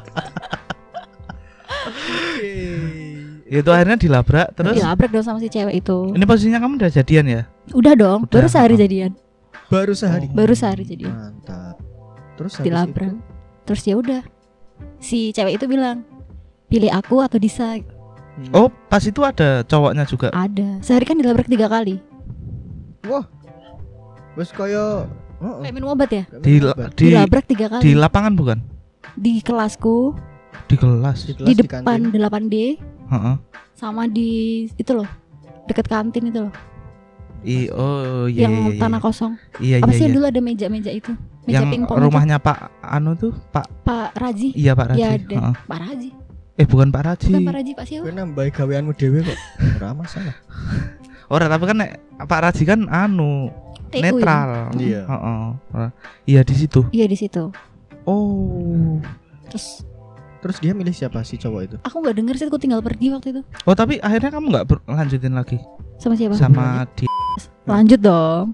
Oke. Itu akhirnya dilabrak terus. Dilabrak dong sama si cewek itu. Ini posisinya kamu udah jadian ya? Udah dong, Udah. baru sehari jadian. Baru sehari. Oh. Baru sehari jadian. Mantap. Terus habis Dilabrak. itu, Terus ya udah. Si cewek itu bilang, "Pilih aku atau Disa." hmm. Oh, pas itu ada cowoknya juga. Ada. Sehari kan dilabrak tiga kali. Wah. Wes koyo heeh. Kayak minum obat ya? Kayak Di minum obat. di Dilabrak tiga kali. di lapangan bukan? Di kelasku, Di kelas. Di kelas, di di depan kantin. delapan D, Heeh. sama di itu loh. Deket kantin itu loh. I oh iya yang iya iya. tanah kosong. Iya Apa iya. sih yang iya. dulu ada meja-meja itu? Meja Yang pingpong itu. rumahnya Pak anu tuh, Pak. Pak Raji. Iya, Pak Raji. Ya ada. Heeh. Pak Raji. Eh bukan Pak Raji. Bukan Pak Raji, Pak siapa? Gue nambah gaweanmu dhewe kok. Ora masalah. Ora, tapi kan nek Pak Raji kan anu T U netral. ini. Iya. Heeh. Ora. Iya di situ. Iya di situ. Oh. Terus Terus dia milih siapa si cowok itu? aku nggak denger sih, aku tinggal pergi waktu itu. Oh, tapi akhirnya kamu nggak ber- lanjutin lagi Sama siapa? sama dia. Lanjut dong.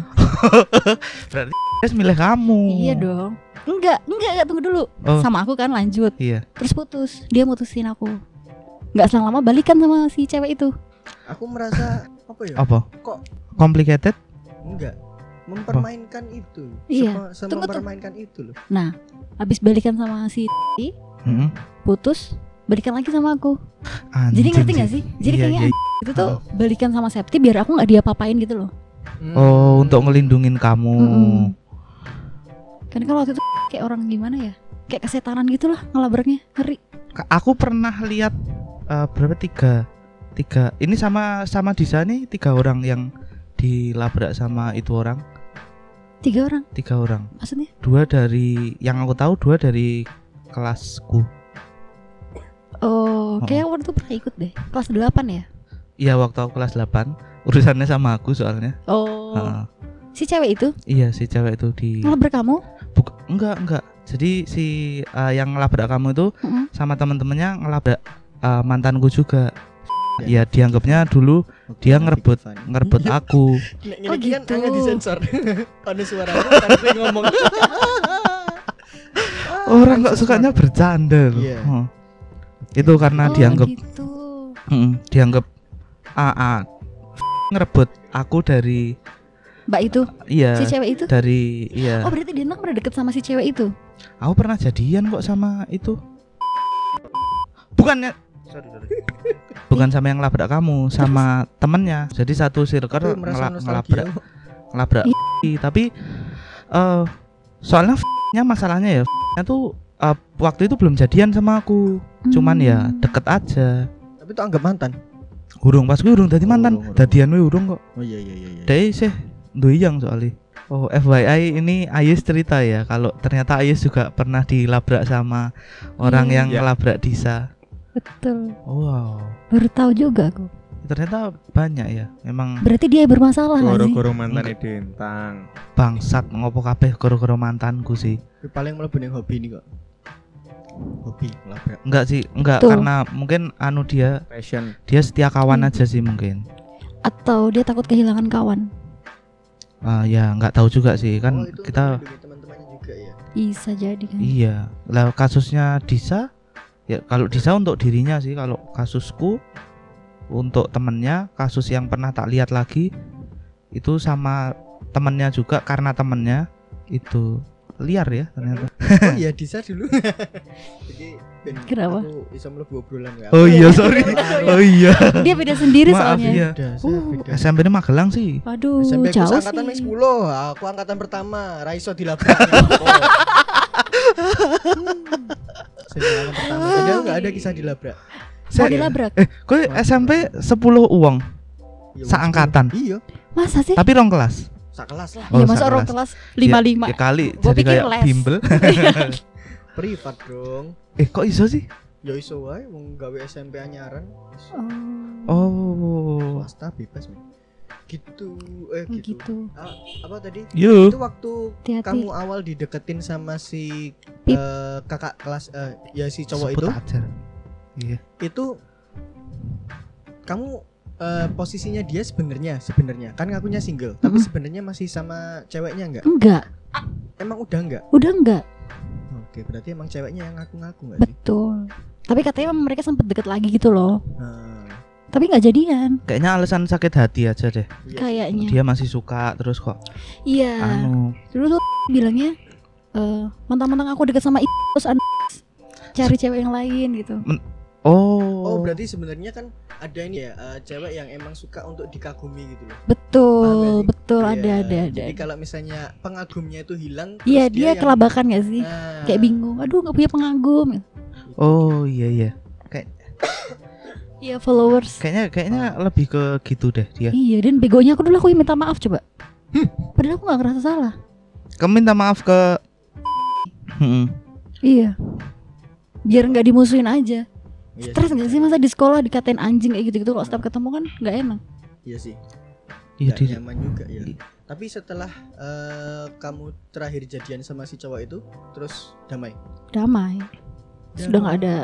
Berarti dia milih kamu. Iya dong. Enggak, enggak, enggak, tunggu dulu. Oh. Sama aku kan lanjut. Iya. Terus putus. Dia mutusin aku. Enggak selang lama balikan sama si cewek itu. Aku merasa apa ya? Apa? Kok Complicated? enggak mempermainkan itu. Iya. Sem- Tunggu, mempermainkan itu loh. Nah, habis balikan sama si Heeh. putus, balikan lagi sama aku. Anjing Jadi ngerti sih. gak sih? Jadi Iya, kayaknya iya. itu tuh balikan sama Septi biar aku nggak diapa-apain gitu loh. Oh, untuk ngelindungin kamu. Mm-mm. Kan kalau waktu itu kayak orang gimana ya? Kayak kesetanan gitu lah ngelabraknya, ngeri. Ka- Aku pernah lihat eh, berapa tiga tiga ini sama sama Disa nih tiga orang yang dilabrak sama itu orang Tiga orang, tiga orang maksudnya? dua dari yang aku tahu dua dari kelasku. Oh, kayak waktu itu pernah ikut deh. Kelas delapan ya? Iya, waktu aku kelas delapan urusannya sama aku soalnya. Oh. Heeh. Si cewek itu Iya, si cewek itu di ngelabrak kamu? Buk- enggak enggak jadi si eh, yang ngelabrak kamu itu Mm-mm. sama teman-temannya ngelabrak eh, mantanku juga. Ya. Ya dianggapnya dulu Oke, dia nanti ngerebut Fanny. ngerebut aku. Nek Oh, ngene iki kan gitu. angel disensor. Ono suaramu kan sing ngomong. Orang kok sukanya bercanda loh. Iya. Heeh. Itu karena Oh, dianggap gitu. mm, dianggap A A ngerebut aku dari Mbak itu, iya si cewek itu. dari iya. Oh, berarti dia emang pernah deket sama si cewek itu. Aku pernah jadian kok sama itu. Bukannya sorry, sorry. Bukan sama yang ngelabrak kamu, sama temennya. Jadi satu circle Aku merasa ngela- nostalgia. ngelabrak ngelabrak. Tapi eh soalnya nya masalahnya ya nya tuh eh, waktu itu belum jadian sama aku. Cuman ya Hmm. deket aja. Tapi itu anggap mantan. Hurung pas gue hurung dadi Oh, mantan. hurung, hurung. Dadian we hurung kok. Oh iya iya iya iya. Dai sih ndoyang soalnya. Oh, F Y I ini Ayes cerita ya kalau ternyata Ayes juga pernah dilabrak sama orang Iya. yang Iya. ngelabrak Disa. Betul. Wow. Baru tahu juga aku. Ternyata banyak ya. Memang Berarti dia bermasalah nggak sih? Goro-goro mantane Dentang. bangsat ngopo kabeh gara-gara mantanku sih. Tapi paling mlebu ning hobi ini kok. Hobi ngelabrak. Enggak sih, enggak Betul. karena mungkin anu dia Passion. dia setia kawan Hmm. aja sih mungkin. Atau dia takut kehilangan kawan? Ah ya nggak tahu juga sih kan Oh, itu kita untuk melindungi teman-temannya juga ya. Bisa jadi kan. iya. Lah kasusnya Disa ya kalau Disa untuk dirinya sih, kalau kasusku untuk temennya, kasus yang pernah tak lihat lagi itu sama temennya juga karena temennya itu liar ya ternyata. Oh iya Disa dulu. Jadi ben Kenapa? aku bisa mlebu obrolan ya. Oh iya sorry. Oh iya. Dia beda sendiri Maaf, soalnya. iya. Dasa Uh, beda. S M P ini Magelang sih. Waduh, S M P ku jauh angkatan sih. sepuluh, aku angkatan pertama, Raiso dilabrak. Saya angkatan pertama, jadi aku nggak ada kisah dilabrak. Mau Saya- dilabrak? Eh, gue S M P sepuluh uang Ya, seangkatan. Iya, Masa sih? tapi rong kelas. sakelas lah. Oh, ya masa sakelas. orang kelas lima lima. Ya, ya kali Gua jadi pikir kayak les. bimbel. Privat dong. Eh kok iso sih? Ya iso wae wong gawe S M P anyaran. Oh, Oh. Swasta bebas, men. Gitu. Eh oh gitu. gitu. Ah, apa tadi? Yuk. Itu waktu Hati-hati. kamu awal dideketin sama si Pip. eh, kakak kelas eh, ya si cowok Sebut itu. aja. Iya. Itu kamu eh, posisinya dia sebenarnya sebenarnya kan ngakunya single tapi Mm-mm. sebenarnya masih sama ceweknya enggak? Enggak, Emang udah enggak? udah enggak. Oke, berarti emang ceweknya yang ngaku-ngaku enggak sih? Betul. Tapi katanya mereka sempet deket lagi gitu loh. Nah, Tapi nggak jadian Kayaknya alasan sakit hati aja deh. iya. kayaknya. Dia masih suka terus kok. Iya. Anu. Dulu tuh bilangnya eh mentang-mentang aku deket sama itu terus an- cari cewek yang lain gitu. Oh. Oh, berarti sebenarnya kan ada ini ya, eh, cewek yang emang suka untuk dikagumi gitu loh. Betul, Paham gak sih? betul Iya, ada ada ada. Jadi kalau misalnya pengagumnya itu hilang, Iya terus dia yang- kelabakan gak sih? Nah, Kayak bingung. Aduh nggak punya pengagum. Oh iya iya. Iya followers. Kayaknya kayaknya lebih ke gitu deh dia. Iya dan begonya aku dulu aku yang minta maaf coba. Padahal aku nggak ngerasa salah. Kamu minta maaf ke Hmm. Iya. Biar nggak dimusuhin aja. Iya Stres sih. nggak sih masa di sekolah dikatain anjing kayak gitu-gitu kalau setiap ketemu kan nggak enak. Iya sih. Iya Nggak di nyaman juga ya. i- Tapi setelah eh, kamu terakhir jadian sama si cowok itu, terus damai. Damai. Sudah nggak ada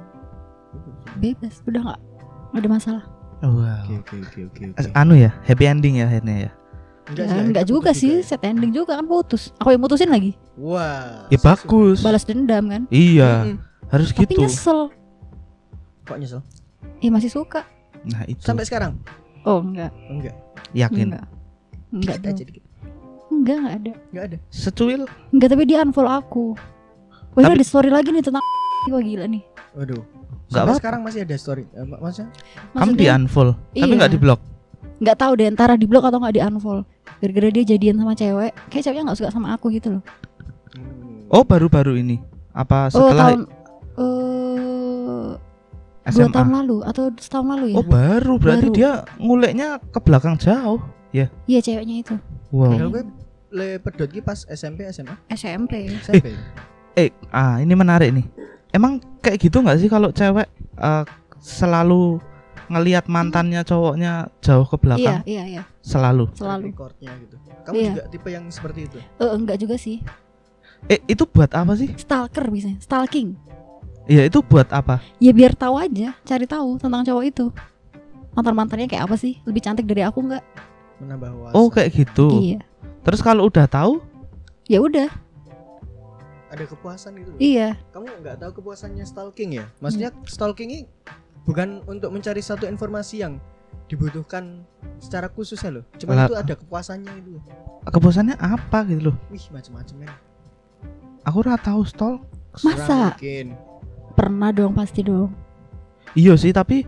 Damai. bebas. Udah nggak nggak ada masalah. Wow. Oke oke oke oke. oke. As- Anu ya, happy ending ya akhirnya ya. Enggak Ya, sih, enggak akhirnya juga putus sih, ya? set ending juga kan putus. Aku yang mutusin lagi. Wah. Ya bagus. Balas dendam kan. Iya, Mm-mm. harus Tapi gitu. nyesel. Kok nyesel? Eh masih suka. Nah, itu Sampai sekarang? Oh enggak. Enggak. yakin. Enggak. Enggak Dikit dong. aja dikit. Enggak, enggak ada. Enggak ada. Secuil. Enggak, tapi dia unfollow aku. Wah, Tapi- ada story lagi nih tentang wah gila nih. Waduh. Nggak Sampai apa-apa. sekarang masih ada story. Eh, mak- maksudnya? Kamu di unfollow, tapi Iya. nggak di blok. Enggak tahu deh antara di blok atau enggak di unfollow. Gara-gara dia jadian sama cewek, kayak ceweknya enggak suka sama aku gitu loh. Hmm. Oh, baru-baru ini. Apa Oh, setelah tahun eh S dua M A? tahun lalu atau setahun lalu ya? Oh, baru berarti Baru. dia nguleknya ke belakang jauh. Iya, ceweknya itu. Wow. Kalau gue le pedot ki pas S M P S M A? S M P. S M P. Eh, ah ini menarik nih. Emang kayak gitu nggak sih kalau cewek eh, selalu ngelihat mantannya cowoknya jauh ke Iya, belakang? iya, iya. Selalu. Selalu. Recordnya gitu. Kamu Iya. juga tipe yang seperti itu? Eh, enggak juga sih. Eh, itu buat apa sih? Stalker bisa, stalking. Iya, itu buat apa? Ya biar tahu aja, cari tahu tentang cowok itu. Mantan-mantannya kayak apa sih? Lebih cantik dari aku enggak? Menambah wawasan. Oh, kayak gitu. Iya. Terus kalau udah tahu, Ya udah, Ada kepuasan gitu. iya. Kamu nggak tahu kepuasannya stalking ya? Maksudnya stalking ini bukan untuk mencari satu informasi yang dibutuhkan secara khusus ya loh. Cuma Lah- itu ada kepuasannya itu. kepuasannya apa gitu loh? Wih, macam-macam men. Aku ora tahu stol. Masa? Kurang mungkin. Pernah dong, pasti dong. Iya sih, tapi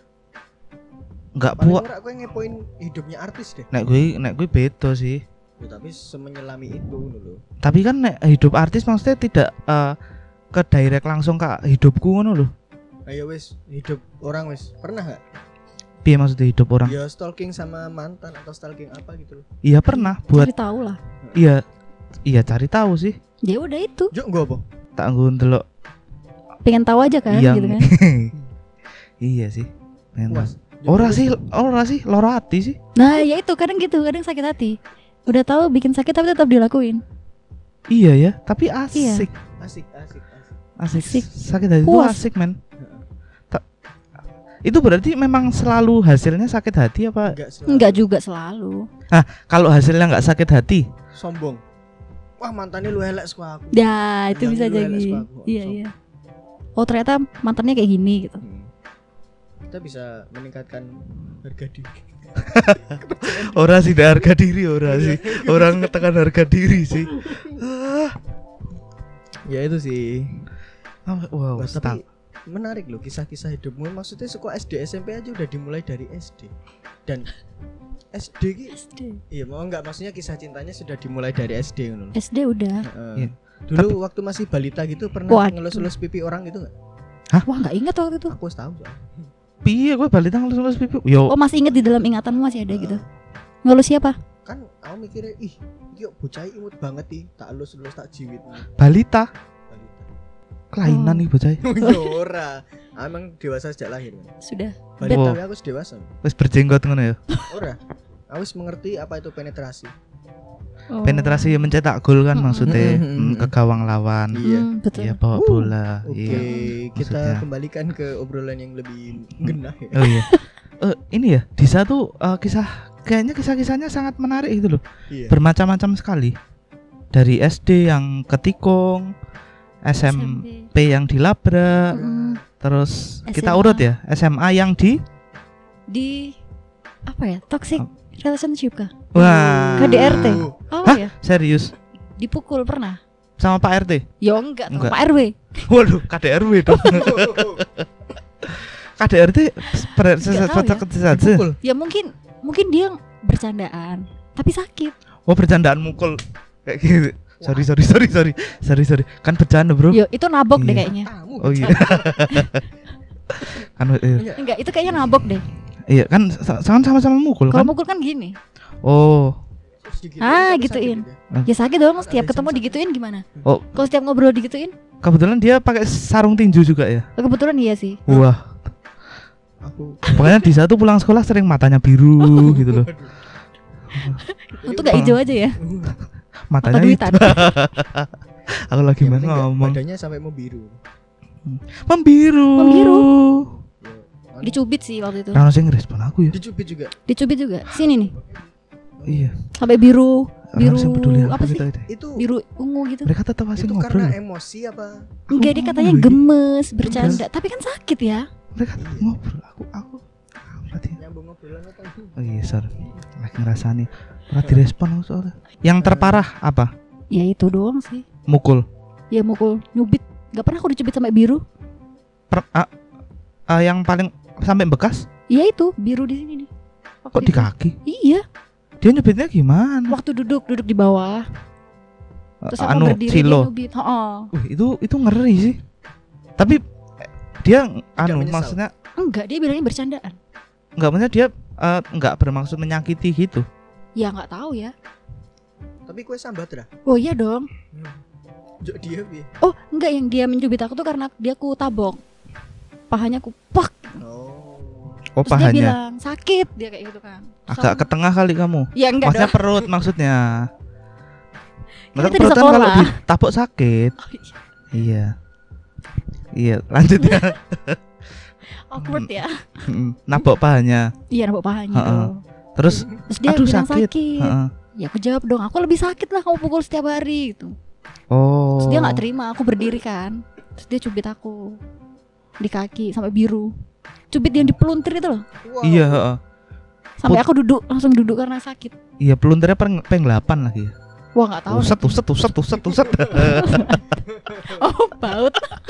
nggak Paling puas. ora aku yang ngepoin hidupnya artis deh. Nek gue, nek gue beda sih. Ya, tapi semenyelami itu loh. Tapi kan nek hidup artis maksudnya tidak eh, ke direct langsung ke hidupku ngono loh. Ayo wis hidup orang wis pernah gak? Piye maksudnya hidup orang? Ya stalking sama mantan atau stalking apa gitu loh. Iya pernah buat Cari tahu lah. iya iya cari tahu sih. Ya udah itu. Juk gua apa? Tak nggo ndelok Pengen tahu aja kan yang gitu kan. iya sih. Pengen tahu. Puas. Ora sih, ora sih, loro hati sih. Nah, ya itu kadang gitu, kadang sakit hati. Udah tahu bikin sakit tapi tetap dilakuin. Iya ya, tapi asik. Asik, asik, asik. Asik. Asik. Sakit hati itu Puas. asik, men. Ta- itu berarti memang selalu hasilnya sakit hati apa? Enggak selalu. Enggak juga selalu. Kalau hasilnya nggak sakit hati, Sombong. Wah, mantannya lu elek suka aku. Ya, itu Yang bisa dulu elek jadi. suka aku. Iya, Sombong. iya. Oh, ternyata mantannya kayak gini gitu. Hmm. Kita bisa meningkatkan harga diri. ora sih dah harga diri, ora sih. Orang ngetekan harga diri sih. Ya itu sih. Wow, Wah, stop. tapi menarik loh kisah-kisah hidupmu. Maksudnya sekolah S D S M P aja udah dimulai dari S D. Dan S D ki S D. iya mau enggak maksudnya kisah cintanya sudah dimulai dari S D ngono. S D udah. Heeh. Iya. Dulu waktu masih balita gitu pernah Waduh. ngelus-ngelus pipi orang gitu enggak? Wah, enggak ingat waktu itu. Aku harus tahu soalnya. Piye gue balik tanggal ngelus pipi. Yo, Oh, masih ingat di dalam ingatanmu masih ada gitu. Ngelus siapa? Kan aku mikirnya ih, yuk bocah imut banget nih, tak elus-elus tak jiwit. balita. Balita. Kelainan Oh. nih bocah. Ya ora. Emang dewasa sejak lahir. Kan? Sudah. Balita Wow. tapi aku sudah dewasa. Wis berjenggot ngono ya. Ora. Aku wis mengerti apa itu penetrasi. Oh. Penetrasi mencetak gol kan Mm-mm. maksudnya Mm-mm. mm, ke gawang lawan. Iya. Hmm, betul. Iya, bawa Uh, bola. Oke, Iya. kita maksudnya. kembalikan ke obrolan yang lebih genah ya. Oh iya. Eh ini ya, di satu eh, kisah kayaknya kisah-kisahnya sangat menarik itu loh. Iya. Bermacam-macam sekali. Dari S D yang ketikung, S M P yang dilabrak, Mm-mm. terus S M A. kita urut ya, S M A yang di Di apa ya? Toxic relationship kah? wah. K D R T. Oh Hah? ya, Serius dipukul pernah. sama Pak R T. Ya enggak, Enggak. Pak R W. Waduh, K D R W dong. K D R T per- Nggak tahu ya. saja. Dipukul. Ya mungkin mungkin dia bercandaan, tapi sakit. Oh, bercandaan mukul kayak gitu. Sorry, sorry, sorry, sorry, sorry, sorry. Kan bercanda bro. Yo, itu nabok deh Iya. kayaknya. Kamu Oh iya. Kan iya. Enggak, itu kayaknya nabok deh. Iya kan sa- sama-sama mukul Kalau kan. mukul kan gini. Oh, Terus digituin, Ah, tapi gituin. sakit gitu Ya sakit dong, Ada setiap yang ketemu sakit. digituin gimana? oh, Kalau setiap ngobrol digituin? kebetulan dia pakai sarung tinju juga ya. Kebetulan iya sih. Wah, ya. Aku pokoknya di satu pulang sekolah sering matanya biru gitu loh. Untung enggak hijau aja ya. Matanya Atau itu. duitan. Aku lagi Yang main penting nggak- ngomong. badannya sampai mau biru. Membiru. Membiru. Ya, anu, Dicubit sih waktu itu. Rano sing ngerespon aku ya. dicubit juga. Dicubit juga. Sini nih. Iya. Sampai biru. Biru Rano sing peduli apa aku sih? gitu deh. Itu Biru ungu gitu. Mereka tetap masih itu ngobrol. karena loh. emosi apa? Enggak, dia katanya ngomong, gemes, bercanda. Tapi kan sakit ya. Mereka tetap ngobrol. Aku aku aku berarti. Nyambung ngobrolan apa? Oh iya, sorry. Lagi ngerasani. Ora direspon aku soalnya. Yang terparah apa? Ya itu doang sih. Mukul. Ya mukul, nyubit. Gak pernah aku dicubit sampai biru. Per, ah, ah, yang paling sampai bekas Iya itu, biru di sini nih. Waktu kok di itu. kaki? Iya, Dia nyebitnya gimana? waktu duduk, duduk di bawah. Terus aku anu berdiri dia silo. nyubit. Heeh. Wih, itu itu ngeri sih. Tapi eh, dia anu menyesal. maksudnya Enggak, dia bilangnya bercandaan. enggak maksudnya dia eh, enggak bermaksud menyakiti gitu. Ya nggak tahu ya. Tapi kue sambat dah. Oh iya dong. Jok dia bi. Oh enggak, yang dia mencubit aku tuh karena dia ku tabok. Pahanya ku pak. Oh. Oh, Terus dia pahanya. bilang sakit, dia kayak gitu kan. Terus Agak aku- ke tengah kali kamu. Ya enggak Maksudnya dong. perut maksudnya. Kan Maksudnya itu di perut kan kalau sekolah. ditabok sakit. Oh, iya. Iya. Iya, lanjut ya. Awkward ya. Mm, Nabok pahanya. Iya, nabok pahanya Heeh. tuh. Terus Terus dia aduh bilang sakit. sakit. Heeh. Ya aku jawab dong, aku lebih sakit lah kamu pukul setiap hari gitu. Oh. Terus dia nggak terima, aku berdiri kan. Terus dia cubit aku di kaki sampai biru. Cubit yang dipeluntir itu loh. Wow. Iya, heeh. Sampai Put- aku duduk, langsung duduk karena sakit. Iya, pelunturnya peng penglapan lagi. Wah nggak tahu. Uset, uset, uset, uset, uset. Oh baut.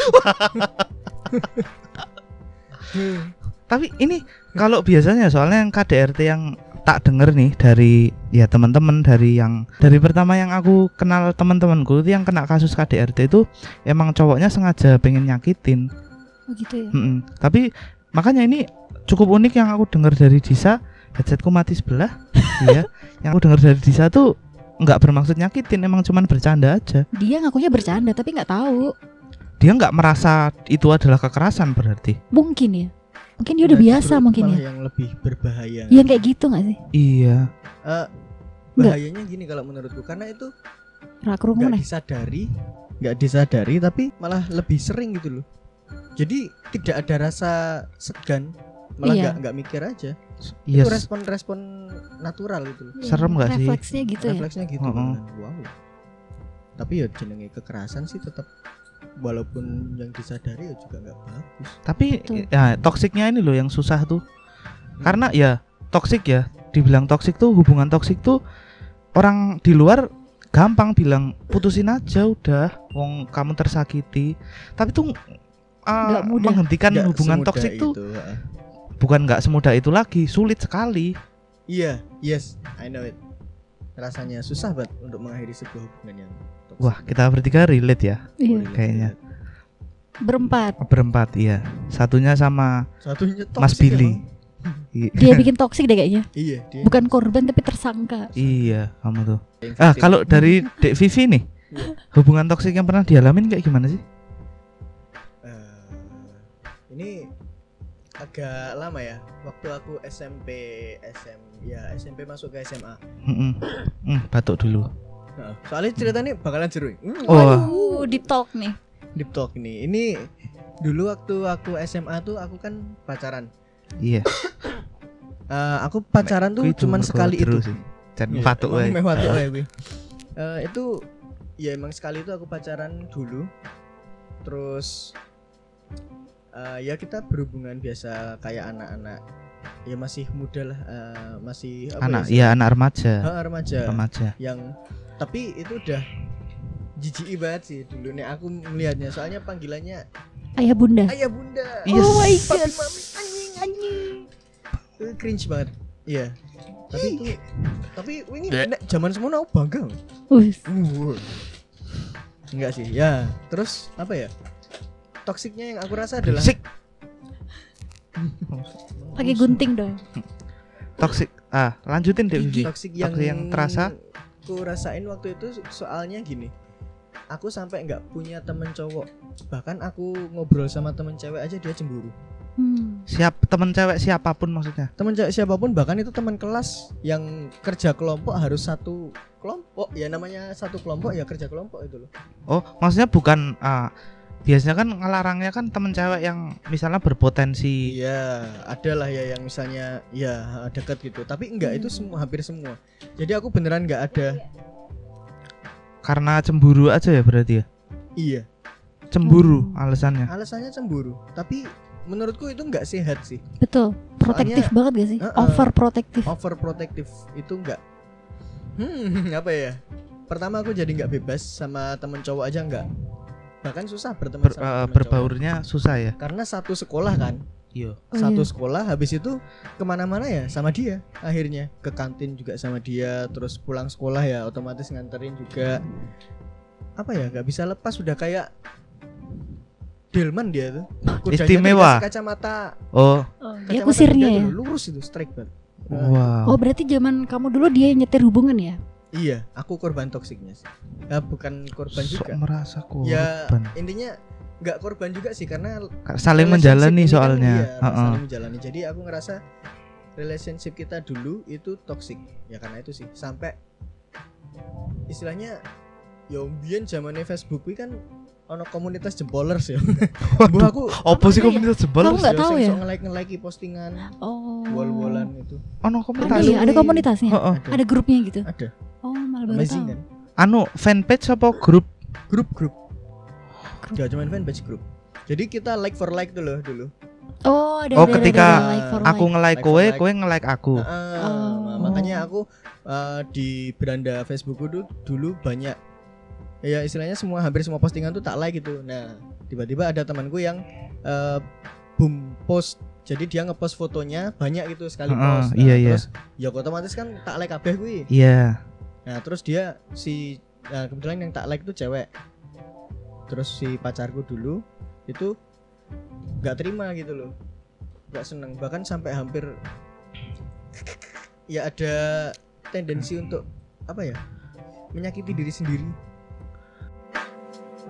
Tapi ini kalau biasanya soalnya yang K D R T yang tak denger nih dari ya teman-teman dari yang dari pertama yang aku kenal teman-temanku itu yang kena kasus K D R T itu emang cowoknya sengaja pengen nyakitin. Oh gitu ya. Mm-mm. Tapi Makanya ini cukup unik yang aku dengar dari Disa, headsetku mati sebelah. Iya, yang aku dengar dari Disa tuh nggak bermaksud nyakitin, emang cuman bercanda aja. Dia ngakunya bercanda tapi nggak tahu. Dia nggak merasa itu adalah kekerasan berarti. Mungkin ya. Mungkin dia udah Nah, biasa justru mungkin malah ya. yang lebih berbahaya. Yang kayak gitu nggak sih? Iya. Eh, bahayanya gini kalau menurutku, karena itu Rak kerumunan. nggak disadari, nggak disadari tapi malah lebih sering gitu loh. Jadi tidak ada rasa segan, malah Iya. nggak nggak mikir aja. Yes. Itu respon-respon natural gitu loh. Serem nggak sih? Refleksnya gitu ya. Refleksnya gitu. Heeh. kan. Wow. Tapi ya jenenge kekerasan sih tetap, walaupun yang disadari ya juga nggak bagus. Tapi Betul. ya toksiknya ini loh yang susah tuh. Karena ya toksik ya, dibilang toksik tuh, hubungan toksik tuh orang di luar gampang bilang putusin aja udah, wong kamu tersakiti. Tapi tuh uh, Nggak mudah. menghentikan Nggak hubungan semudah toksik tuh itu, heeh. bukan nggak semudah itu lagi, sulit sekali. Iya, yes, I know it. Rasanya susah banget untuk mengakhiri sebuah hubungan yang toksik. Wah, kita bertiga relate ya, Iya. Relate, kayaknya. relate. Berempat. berempat iya. Satunya sama Satunya toksik Mas Billy. emang. I- Dia bikin toksik deh kayaknya. Iya, dia. Bukan korban tapi tersangka. iya, kamu tuh. yang Ah, victim. kalau dari Dek Vivi nih, Iya. hubungan toksik yang pernah dialamin kayak gimana sih? Eh, ini agak lama ya. Waktu aku S M P, S M ya S M P masuk ke S M A. Mm-mm. Hmm, batuk dulu. Nah, soalnya ceritanya bakalan seru. Hmm, Oh. Waduh, deep talk nih. deep talk nih. Ini dulu waktu aku S M A tuh aku kan pacaran. Iya. Eh, aku pacaran tuh Kuwi cuman mergo sekali terus itu. sih. Dan Iya, batuk emang wae. meh batuk wae kuwi. Eh, itu ya emang sekali itu aku pacaran dulu. Terus eh, ya kita berhubungan biasa kayak anak-anak. Ya masih muda lah, eh, masih apa Anak, ya, iya anak remaja. Ha, remaja. Remaja. Yang tapi itu udah jijik banget sih dulu nih aku melihatnya, soalnya panggilannya Ayah bunda. ayah bunda. Yes. Oh my Papi, god. mami, anjing anjing. Itu cringe banget. Iya. Tapi itu tapi ini nek zaman semua aku bangga. Wih, Uh. Enggak sih. Ya, terus apa ya? Toksiknya yang aku rasa adalah Toksik. pakai gunting dong. Toksik. Ah, lanjutin Dek Vivi. toksik yang, Toksik yang terasa. Aku rasain waktu itu soalnya gini. Aku sampai nggak punya temen cowok. Bahkan aku ngobrol sama temen cewek aja dia cemburu. Hmm. Siap teman cewek siapapun maksudnya. Temen cewek siapapun, bahkan itu teman kelas yang kerja kelompok harus satu kelompok. Ya namanya satu kelompok ya kerja kelompok itu loh. Oh, maksudnya bukan ah, biasanya kan ngelarangnya kan teman cewek yang misalnya berpotensi. Iya, ada lah ya yang misalnya ya dekat gitu. Tapi enggak, itu semua hampir semua. Jadi aku beneran nggak ada. Karena cemburu aja ya berarti ya. Iya, Cemburu Hmm. alasannya. alasannya cemburu. Tapi menurutku itu nggak sehat sih. Betul. Protektif Soalnya- banget gak sih? Uh-uh. Overprotective. Overprotective itu enggak. Hmm, apa ya? Pertama aku jadi nggak bebas sama temen cowok aja enggak. Bahkan susah berteman Ber- sama eh, temen cowok. berbaurnya susah ya. Karena satu sekolah kan. Iya. Oh, Satu iya. sekolah, habis itu kemana-mana ya sama dia. Akhirnya ke kantin juga sama dia. Terus pulang sekolah ya otomatis nganterin juga. Apa ya, nggak bisa lepas, udah kayak delman dia tuh. Kudanya tuh Istimewa. dikasih kacamata. Oh, Oh, dia Kacamata kusirnya kuda ya. tuh, lurus itu, strike banget. wow. Oh, berarti zaman kamu dulu dia yang nyetir hubungan ya? Iya, aku korban toksiknya sih. Eh, bukan korban Sok juga. merasa Ya korban. intinya nggak korban juga sih, karena Saling relationship menjalani ini kan, soalnya. iya, Heeh. saling menjalani. Jadi aku ngerasa relationship kita dulu itu toksik. Ya karena itu sih. Sampai istilahnya ya mbien zamannya Facebook kuwi kan ono komunitas jempolers ya. Bu Waduh, aku apa sih Apa ya? komunitas jebol? Kamu nggak tahu ya? nge-like nge-like postingan Oh. wall-wallan itu. Ono Ada komunitas. ya, ada komunitasnya. Heeh. Ada. Ada grupnya gitu. Ada. Oh, malah baru Amazing tahu. kan? Anu fanpage apa grup? Grup-grup. Grup. Gak cuma fanpage grup. Jadi kita like for like tuh loh dulu. Oh, ada Oh, ada, ada, ketika ada, like for Aku like. nge-like Like for kowe, like. kowe nge-like aku. Nah, Oh. ma- makanya aku uh, di beranda Facebook dulu dulu banyak ya istilahnya semua hampir semua postingan tuh tak like gitu. Nah, tiba-tiba ada temanku yang uh, boom post. Jadi dia ngepost fotonya banyak gitu sekali Heeh, post. Nah, iya, iya. terus ya otomatis kan tak like kabeh kuwi. Iya. Nah, terus dia si nah, kebetulan yang tak like tuh cewek. Terus si pacarku dulu itu nggak terima gitu loh. nggak seneng, bahkan sampai hampir ya ada tendensi untuk apa ya, menyakiti diri sendiri.